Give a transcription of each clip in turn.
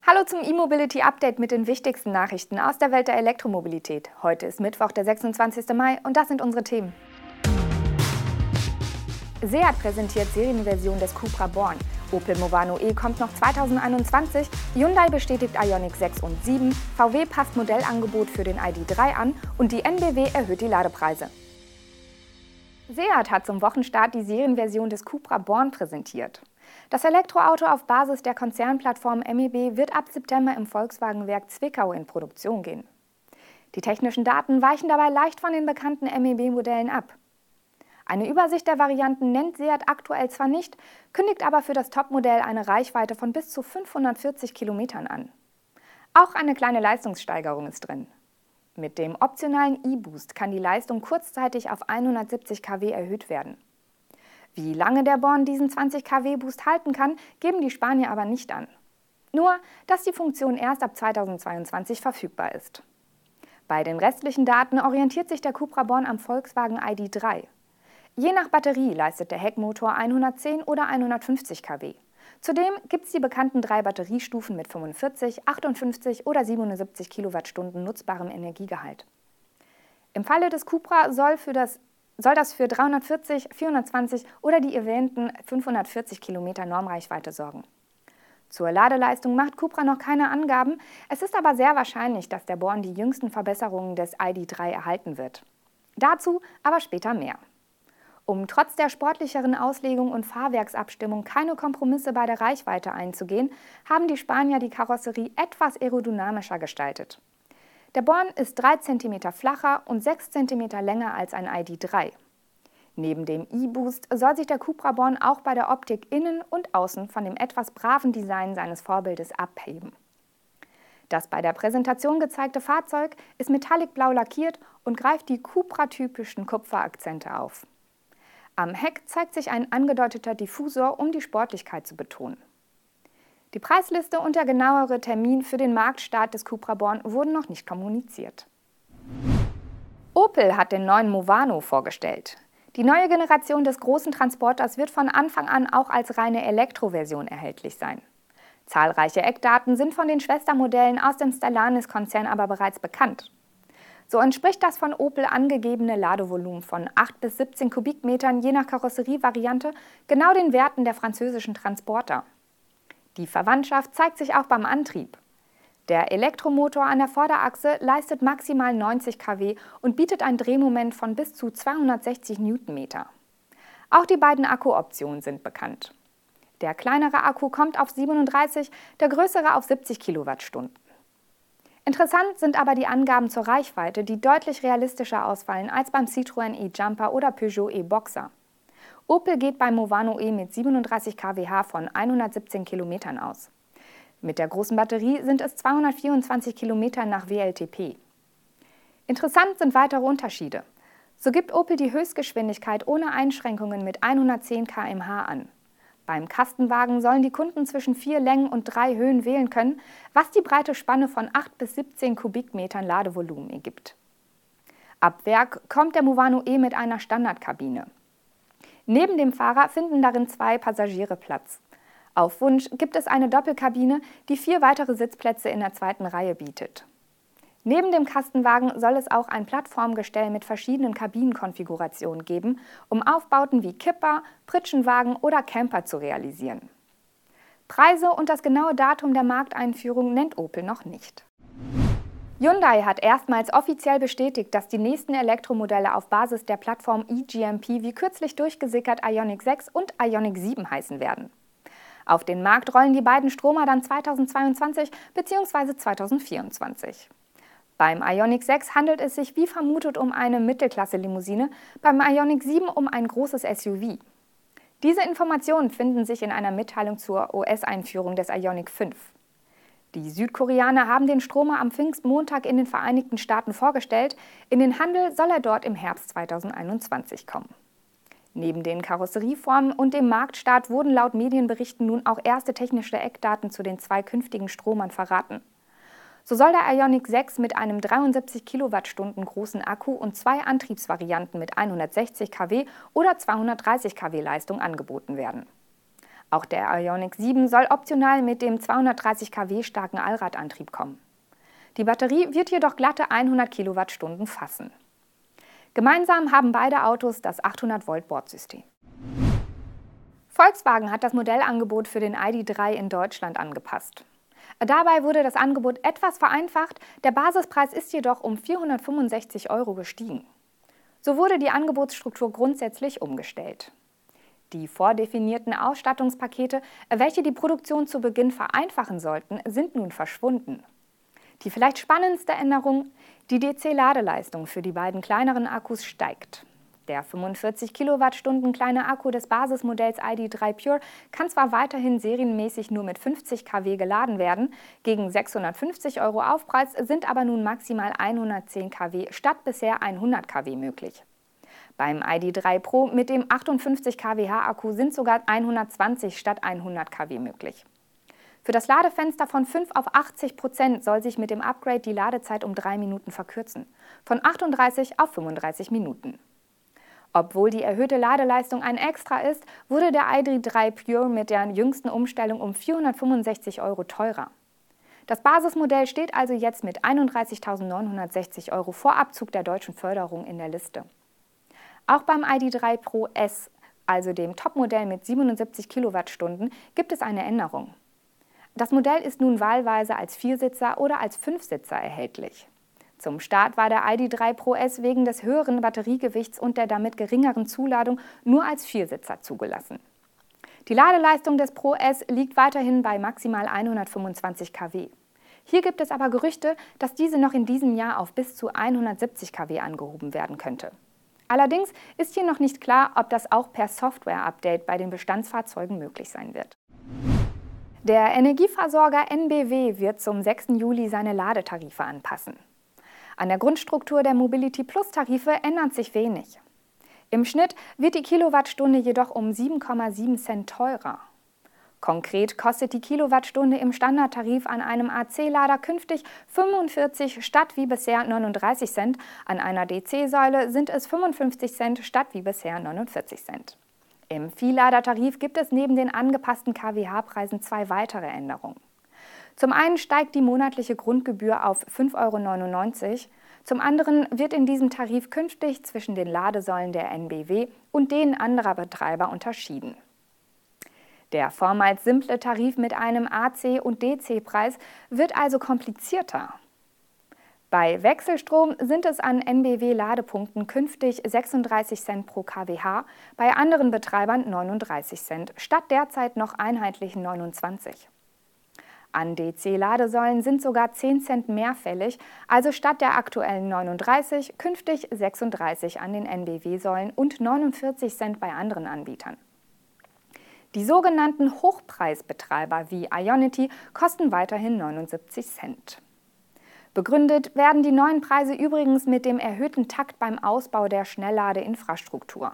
Hallo zum E-Mobility Update mit den wichtigsten Nachrichten aus der Welt der Elektromobilität. Heute ist Mittwoch, der 26. Mai und das sind unsere Themen. Seat präsentiert Serienversion des Cupra Born. Opel Movano E kommt noch 2021, Hyundai bestätigt Ioniq 6 und 7, VW passt Modellangebot für den ID.3 an und die NBW erhöht die Ladepreise. Seat hat zum Wochenstart die Serienversion des Cupra Born präsentiert. Das Elektroauto auf Basis der Konzernplattform MEB wird ab September im Volkswagenwerk Zwickau in Produktion gehen. Die technischen Daten weichen dabei leicht von den bekannten MEB-Modellen ab. Eine Übersicht der Varianten nennt Seat aktuell zwar nicht, kündigt aber für das Topmodell eine Reichweite von bis zu 540 Kilometern an. Auch eine kleine Leistungssteigerung ist drin. Mit dem optionalen E-Boost kann die Leistung kurzzeitig auf 170 kW erhöht werden. Wie lange der Born diesen 20 kW Boost halten kann, geben die Spanier aber nicht an. Nur, dass die Funktion erst ab 2022 verfügbar ist. Bei den restlichen Daten orientiert sich der Cupra Born am Volkswagen ID.3. Je nach Batterie leistet der Heckmotor 110 oder 150 kW. Zudem gibt es die bekannten 3 Batteriestufen mit 45, 58 oder 77 Kilowattstunden nutzbarem Energiegehalt. Im Falle des Cupra soll das für 340, 420 oder die erwähnten 540 Kilometer Normreichweite sorgen. Zur Ladeleistung macht Cupra noch keine Angaben, es ist aber sehr wahrscheinlich, dass der Born die jüngsten Verbesserungen des ID.3 erhalten wird. Dazu aber später mehr. Um trotz der sportlicheren Auslegung und Fahrwerksabstimmung keine Kompromisse bei der Reichweite einzugehen, haben die Spanier die Karosserie etwas aerodynamischer gestaltet. Der Born ist 3 cm flacher und 6 cm länger als ein ID.3. Neben dem E-Boost soll sich der Cupra Born auch bei der Optik innen und außen von dem etwas braven Design seines Vorbildes abheben. Das bei der Präsentation gezeigte Fahrzeug ist metallicblau lackiert und greift die Cupra-typischen Kupferakzente auf. Am Heck zeigt sich ein angedeuteter Diffusor, um die Sportlichkeit zu betonen. Die Preisliste und der genauere Termin für den Marktstart des Cupra Born wurden noch nicht kommuniziert. Opel hat den neuen Movano vorgestellt. Die neue Generation des großen Transporters wird von Anfang an auch als reine Elektroversion erhältlich sein. Zahlreiche Eckdaten sind von den Schwestermodellen aus dem Stellantis-Konzern aber bereits bekannt. So entspricht das von Opel angegebene Ladevolumen von 8 bis 17 Kubikmetern je nach Karosserievariante genau den Werten der französischen Transporter. Die Verwandtschaft zeigt sich auch beim Antrieb. Der Elektromotor an der Vorderachse leistet maximal 90 kW und bietet ein Drehmoment von bis zu 260 Newtonmeter. Auch die beiden Akkuoptionen sind bekannt. Der kleinere Akku kommt auf 37, der größere auf 70 Kilowattstunden. Interessant sind aber die Angaben zur Reichweite, die deutlich realistischer ausfallen als beim Citroën e-Jumper oder Peugeot e-Boxer. Opel geht beim Movano E mit 37 kWh von 117 Kilometern aus. Mit der großen Batterie sind es 224 Kilometer nach WLTP. Interessant sind weitere Unterschiede. So gibt Opel die Höchstgeschwindigkeit ohne Einschränkungen mit 110 km/h an. Beim Kastenwagen sollen die Kunden zwischen 4 Längen und 3 Höhen wählen können, was die breite Spanne von 8 bis 17 Kubikmetern Ladevolumen ergibt. Ab Werk kommt der Movano E mit einer Standardkabine. Neben dem Fahrer finden darin 2 Passagiere Platz. Auf Wunsch gibt es eine Doppelkabine, die 4 weitere Sitzplätze in der zweiten Reihe bietet. Neben dem Kastenwagen soll es auch ein Plattformgestell mit verschiedenen Kabinenkonfigurationen geben, um Aufbauten wie Kipper, Pritschenwagen oder Camper zu realisieren. Preise und das genaue Datum der Markteinführung nennt Opel noch nicht. Hyundai hat erstmals offiziell bestätigt, dass die nächsten Elektromodelle auf Basis der Plattform eGMP wie kürzlich durchgesickert Ioniq 6 und Ioniq 7 heißen werden. Auf den Markt rollen die beiden Stromer dann 2022 bzw. 2024. Beim Ioniq 6 handelt es sich wie vermutet um eine Mittelklasse-Limousine, beim Ioniq 7 um ein großes SUV. Diese Informationen finden sich in einer Mitteilung zur US-Einführung des Ioniq 5. Die Südkoreaner haben den Stromer am Pfingstmontag in den Vereinigten Staaten vorgestellt, in den Handel soll er dort im Herbst 2021 kommen. Neben den Karosserieformen und dem Marktstart wurden laut Medienberichten nun auch erste technische Eckdaten zu den 2 künftigen Stromern verraten. So soll der Ioniq 6 mit einem 73 Kilowattstunden großen Akku und 2 Antriebsvarianten mit 160 kW oder 230 kW Leistung angeboten werden. Auch der Ioniq 7 soll optional mit dem 230 kW starken Allradantrieb kommen. Die Batterie wird jedoch glatte 100 Kilowattstunden fassen. Gemeinsam haben beide Autos das 800-Volt-Bordsystem. Volkswagen hat das Modellangebot für den ID.3 in Deutschland angepasst. Dabei wurde das Angebot etwas vereinfacht, der Basispreis ist jedoch um 465 € gestiegen. So wurde die Angebotsstruktur grundsätzlich umgestellt. Die vordefinierten Ausstattungspakete, welche die Produktion zu Beginn vereinfachen sollten, sind nun verschwunden. Die vielleicht spannendste Änderung: die DC-Ladeleistung für die beiden kleineren Akkus steigt. Der 45 Kilowattstunden kleine Akku des Basismodells ID.3 Pure kann zwar weiterhin serienmäßig nur mit 50 kW geladen werden, gegen 650 € Aufpreis sind aber nun maximal 110 kW statt bisher 100 kW möglich. Beim ID.3 Pro mit dem 58 kWh Akku sind sogar 120 statt 100 kW möglich. Für das Ladefenster von 5 auf 80% soll sich mit dem Upgrade die Ladezeit um 3 Minuten verkürzen, von 38 auf 35 Minuten. Obwohl die erhöhte Ladeleistung ein Extra ist, wurde der ID.3 Pure mit der jüngsten Umstellung um 465 € teurer. Das Basismodell steht also jetzt mit 31.960 € vor Abzug der deutschen Förderung in der Liste. Auch beim ID.3 Pro S, also dem Topmodell mit 77 Kilowattstunden, gibt es eine Änderung. Das Modell ist nun wahlweise als Viersitzer oder als Fünfsitzer erhältlich. Zum Start war der ID.3 Pro S wegen des höheren Batteriegewichts und der damit geringeren Zuladung nur als Viersitzer zugelassen. Die Ladeleistung des Pro S liegt weiterhin bei maximal 125 kW. Hier gibt es aber Gerüchte, dass diese noch in diesem Jahr auf bis zu 170 kW angehoben werden könnte. Allerdings ist hier noch nicht klar, ob das auch per Software-Update bei den Bestandsfahrzeugen möglich sein wird. Der Energieversorger NBW wird zum 6. Juli seine Ladetarife anpassen. An der Grundstruktur der Mobility-Plus-Tarife ändert sich wenig. Im Schnitt wird die Kilowattstunde jedoch um 7,7 Cent teurer. Konkret kostet die Kilowattstunde im Standardtarif an einem AC-Lader künftig 45 statt wie bisher 39 Cent, an einer DC-Säule sind es 55 Cent statt wie bisher 49 Cent. Im Vielladertarif gibt es neben den angepassten kWh-Preisen 2 weitere Änderungen. Zum einen steigt die monatliche Grundgebühr auf 5,99 €, zum anderen wird in diesem Tarif künftig zwischen den Ladesäulen der NBW und denen anderer Betreiber unterschieden. Der vormals simple Tarif mit einem AC- und DC-Preis wird also komplizierter. Bei Wechselstrom sind es an NBW-Ladepunkten künftig 36 Cent pro kWh, bei anderen Betreibern 39 Cent, statt derzeit noch einheitlichen 29. An DC-Ladesäulen sind sogar 10 Cent mehr fällig, also statt der aktuellen 39 künftig 36 an den NBW-Säulen und 49 Cent bei anderen Anbietern. Die sogenannten Hochpreisbetreiber wie Ionity kosten weiterhin 79 Cent. Begründet werden die neuen Preise übrigens mit dem erhöhten Takt beim Ausbau der Schnellladeinfrastruktur.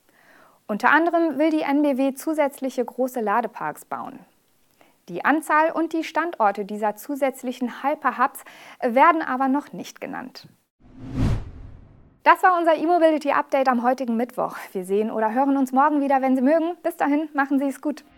Unter anderem will die NBW zusätzliche große Ladeparks bauen. Die Anzahl und die Standorte dieser zusätzlichen Hyper-Hubs werden aber noch nicht genannt. Das war unser E-Mobility-Update am heutigen Mittwoch. Wir sehen oder hören uns morgen wieder, wenn Sie mögen. Bis dahin, machen Sie es gut.